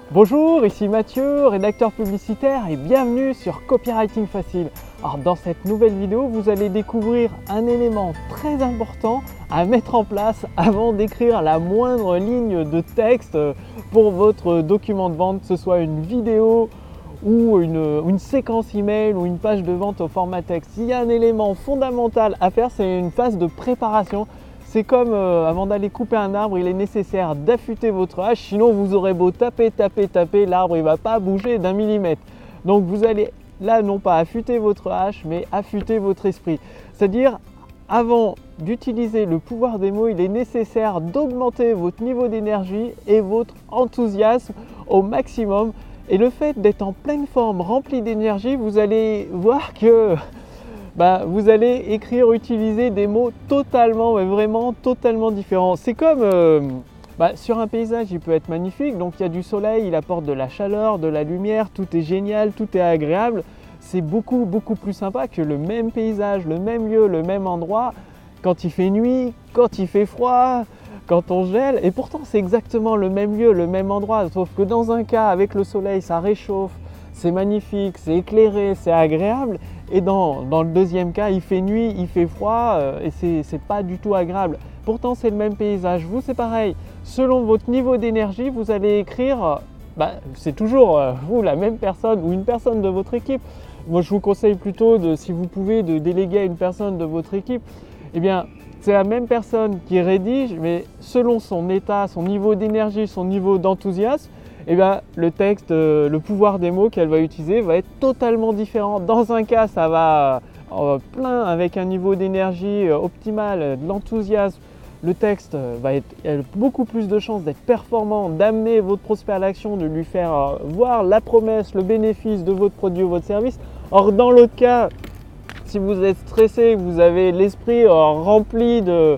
Bonjour, ici Mathieu, rédacteur publicitaire et bienvenue sur Copywriting Facile. Alors dans cette nouvelle vidéo, vous allez découvrir un élément très important à mettre en place avant d'écrire la moindre ligne de texte pour votre document de vente, que ce soit une vidéo ou une séquence email ou une page de vente au format texte. Il y a un élément fondamental à faire, c'est une phase de préparation. C'est comme avant d'aller couper un arbre, il est nécessaire d'affûter votre hache, sinon vous aurez beau taper, l'arbre il ne va pas bouger d'un millimètre. Donc vous allez là non pas affûter votre hache, mais affûter votre esprit. C'est-à-dire, avant d'utiliser le pouvoir des mots, il est nécessaire d'augmenter votre niveau d'énergie et votre enthousiasme au maximum. Et le fait d'être en pleine forme, rempli d'énergie, vous allez voir que vous allez utiliser des mots totalement, mais vraiment totalement différents. C'est comme sur un paysage, il peut être magnifique, donc il y a du soleil, il apporte de la chaleur, de la lumière, tout est génial, tout est agréable. C'est beaucoup plus sympa que le même paysage, le même lieu, le même endroit, quand il fait nuit, quand il fait froid, quand on gèle. Et pourtant c'est exactement le même lieu, le même endroit, sauf que dans un cas, avec le soleil, ça réchauffe, c'est magnifique, c'est éclairé, c'est agréable. Et dans le deuxième cas, il fait nuit, il fait froid et c'est pas du tout agréable. Pourtant, c'est le même paysage. Vous, c'est pareil. Selon votre niveau d'énergie, vous allez écrire, c'est toujours vous, la même personne ou une personne de votre équipe. Moi, je vous conseille plutôt, si vous pouvez, de déléguer à une personne de votre équipe. Eh bien, c'est la même personne qui rédige, mais selon son état, son niveau d'énergie, son niveau d'enthousiasme, eh bien, le texte, le pouvoir des mots qu'elle va utiliser va être totalement différent. Dans un cas, ça va plein avec un niveau d'énergie optimal, de l'enthousiasme. Le texte va être beaucoup plus de chances d'être performant, d'amener votre prospect à l'action, de lui faire voir la promesse, le bénéfice de votre produit ou votre service. Or, dans l'autre cas, si vous êtes stressé, vous avez l'esprit rempli de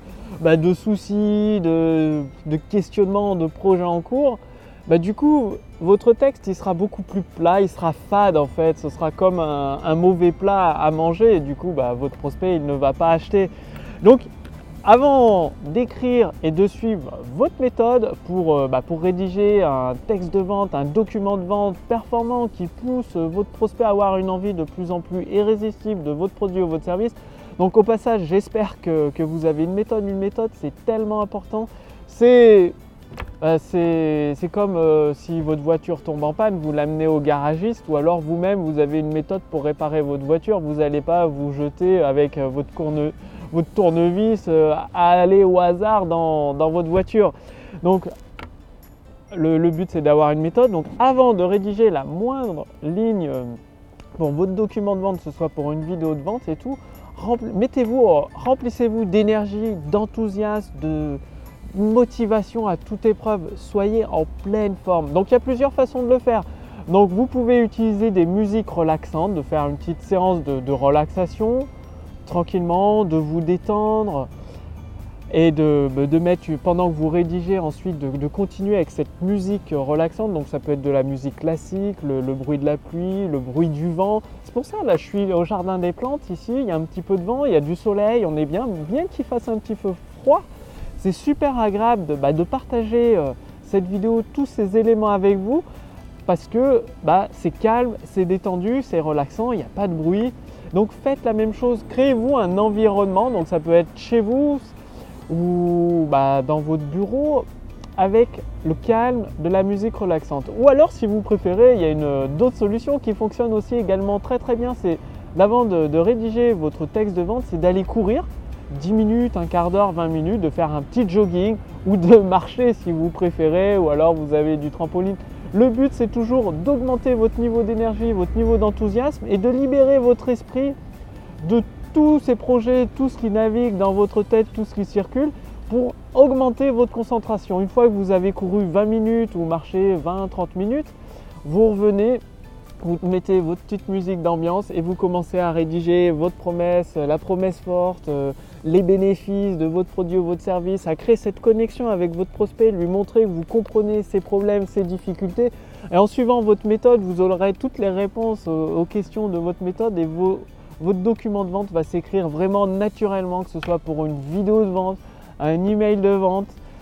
soucis, de questionnements, de projets en cours, du coup, votre texte il sera beaucoup plus plat, il sera fade en fait, ce sera comme un mauvais plat à manger et du coup, votre prospect il ne va pas acheter. Donc, avant d'écrire et de suivre votre méthode pour rédiger un texte de vente, un document de vente performant qui pousse votre prospect à avoir une envie de plus en plus irrésistible de votre produit ou votre service. Donc au passage, j'espère que vous avez une méthode. Une méthode, c'est tellement important. C'est comme si votre voiture tombe en panne, vous l'amenez au garagiste ou alors vous-même vous avez une méthode pour réparer votre voiture. Vous n'allez pas vous jeter avec votre tournevis à aller au hasard dans votre voiture. Donc le but c'est d'avoir une méthode. Donc avant de rédiger la moindre ligne pour votre document de vente, que ce soit pour une vidéo de vente et tout, remplissez-vous d'énergie, d'enthousiasme, de motivation à toute épreuve, soyez en pleine forme. Donc il y a plusieurs façons de le faire. Donc vous pouvez utiliser des musiques relaxantes, de faire une petite séance de relaxation tranquillement, de vous détendre et de mettre, pendant que vous rédigez ensuite, de continuer avec cette musique relaxante. Donc ça peut être de la musique classique, le bruit de la pluie, le bruit du vent. C'est pour ça, là je suis au jardin des plantes ici, il y a un petit peu de vent, il y a du soleil, on est bien qu'il fasse un petit peu froid. C'est super agréable de partager cette vidéo, tous ces éléments avec vous parce que c'est calme, c'est détendu, c'est relaxant, il n'y a pas de bruit. Donc faites la même chose, créez-vous un environnement, donc ça peut être chez vous ou dans votre bureau avec le calme, de la musique relaxante. Ou alors si vous préférez, il y a d'autres solutions qui fonctionnent aussi également très bien. C'est avant de rédiger votre texte de vente, c'est d'aller courir. 10 minutes, un quart d'heure, 20 minutes, de faire un petit jogging ou de marcher si vous préférez ou alors vous avez du trampoline. Le but c'est toujours d'augmenter votre niveau d'énergie, votre niveau d'enthousiasme et de libérer votre esprit de tous ces projets, tout ce qui navigue dans votre tête, tout ce qui circule pour augmenter votre concentration. Une fois que vous avez couru 20 minutes ou marché 20-30 minutes, vous revenez, vous mettez votre petite musique d'ambiance et vous commencez à rédiger votre promesse, la promesse forte, les bénéfices de votre produit ou votre service, à créer cette connexion avec votre prospect, lui montrer que vous comprenez ses problèmes, ses difficultés. Et en suivant votre méthode, vous aurez toutes les réponses aux questions de votre méthode et votre document de vente va s'écrire vraiment naturellement, que ce soit pour une vidéo de vente, un email de vente.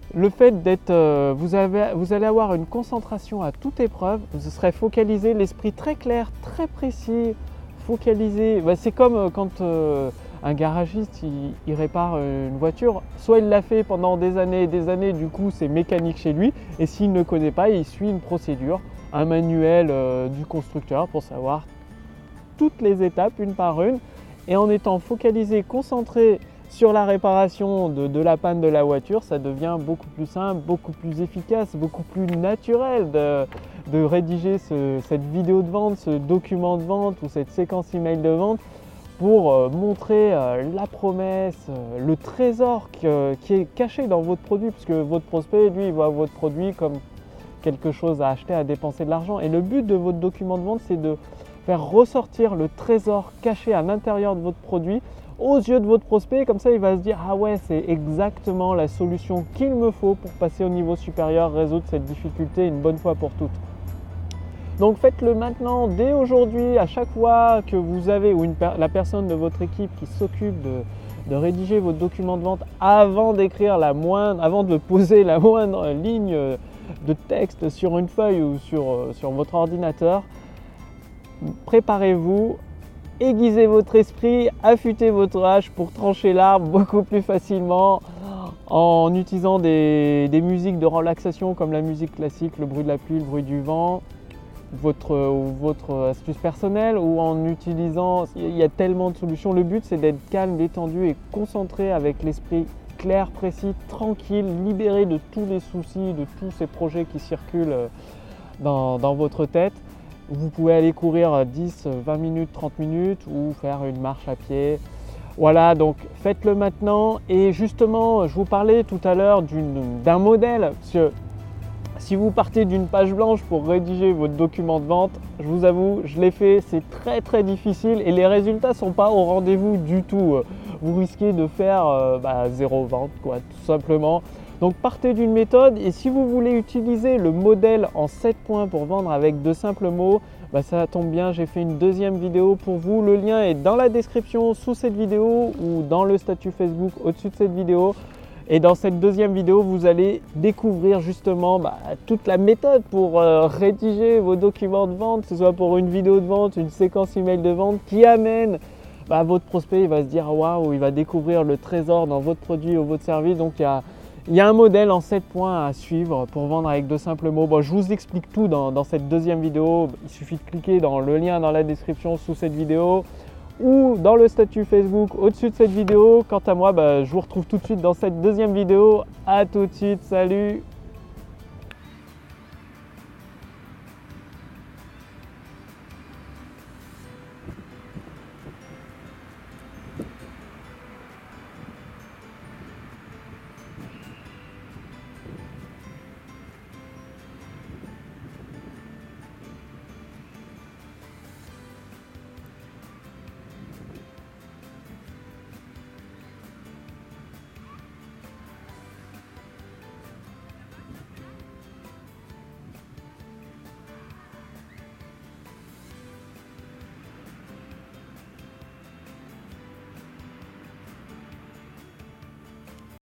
Le fait d'être, vous allez avoir une concentration à toute épreuve, vous serez focalisé, l'esprit très clair, très précis, focalisé. C'est comme quand un garagiste il répare une voiture, soit il l'a fait pendant des années et des années, du coup c'est mécanique chez lui, et s'il ne connaît pas, il suit une procédure, un manuel du constructeur pour savoir toutes les étapes une par une, et en étant focalisé, concentré sur la réparation de la panne de la voiture, ça devient beaucoup plus simple, beaucoup plus efficace, beaucoup plus naturel de rédiger cette vidéo de vente, ce document de vente ou cette séquence email de vente pour montrer la promesse, le trésor qui est caché dans votre produit, puisque votre prospect, lui, il voit votre produit comme quelque chose à acheter, à dépenser de l'argent. Et le but de votre document de vente, c'est de faire ressortir le trésor caché à l'intérieur de votre produit aux yeux de votre prospect. Comme ça, il va se dire « Ah ouais, c'est exactement la solution qu'il me faut pour passer au niveau supérieur, résoudre cette difficulté une bonne fois pour toutes. » Donc faites-le maintenant, dès aujourd'hui, à chaque fois que vous avez ou la personne de votre équipe qui s'occupe de rédiger votre document de vente avant avant de poser la moindre ligne de texte sur une feuille ou sur votre ordinateur. Préparez-vous, aiguisez votre esprit, affûtez votre hache pour trancher l'arbre beaucoup plus facilement en utilisant des musiques de relaxation comme la musique classique, le bruit de la pluie, le bruit du vent, votre astuce personnelle, ou en utilisant, il y a tellement de solutions. Le but c'est d'être calme, détendu et concentré avec l'esprit clair, précis, tranquille, libéré de tous les soucis, de tous ces projets qui circulent dans votre tête. Vous pouvez aller courir 10, 20 minutes, 30 minutes ou faire une marche à pied. Voilà, donc faites-le maintenant. Et justement, je vous parlais tout à l'heure d'un modèle, parce que si vous partez d'une page blanche pour rédiger votre document de vente, je vous avoue, je l'ai fait, c'est très très difficile et les résultats ne sont pas au rendez-vous du tout. Vous risquez de faire zéro vente, quoi, tout simplement. Donc partez d'une méthode, et si vous voulez utiliser le modèle en 7 points pour vendre avec de simples mots, ça tombe bien, j'ai fait une deuxième vidéo pour vous. Le lien est dans la description sous cette vidéo ou dans le statut Facebook au-dessus de cette vidéo. Et dans cette deuxième vidéo, vous allez découvrir justement toute la méthode pour rédiger vos documents de vente, que ce soit pour une vidéo de vente, une séquence email de vente qui amène votre prospect, il va se dire waouh, il va découvrir le trésor dans votre produit ou votre service. Donc il y a un modèle en 7 points à suivre pour vendre avec de simples mots. Je vous explique tout dans cette deuxième vidéo. Il suffit de cliquer dans le lien dans la description sous cette vidéo ou dans le statut Facebook au-dessus de cette vidéo. Quant à moi, je vous retrouve tout de suite dans cette deuxième vidéo. À tout de suite, salut!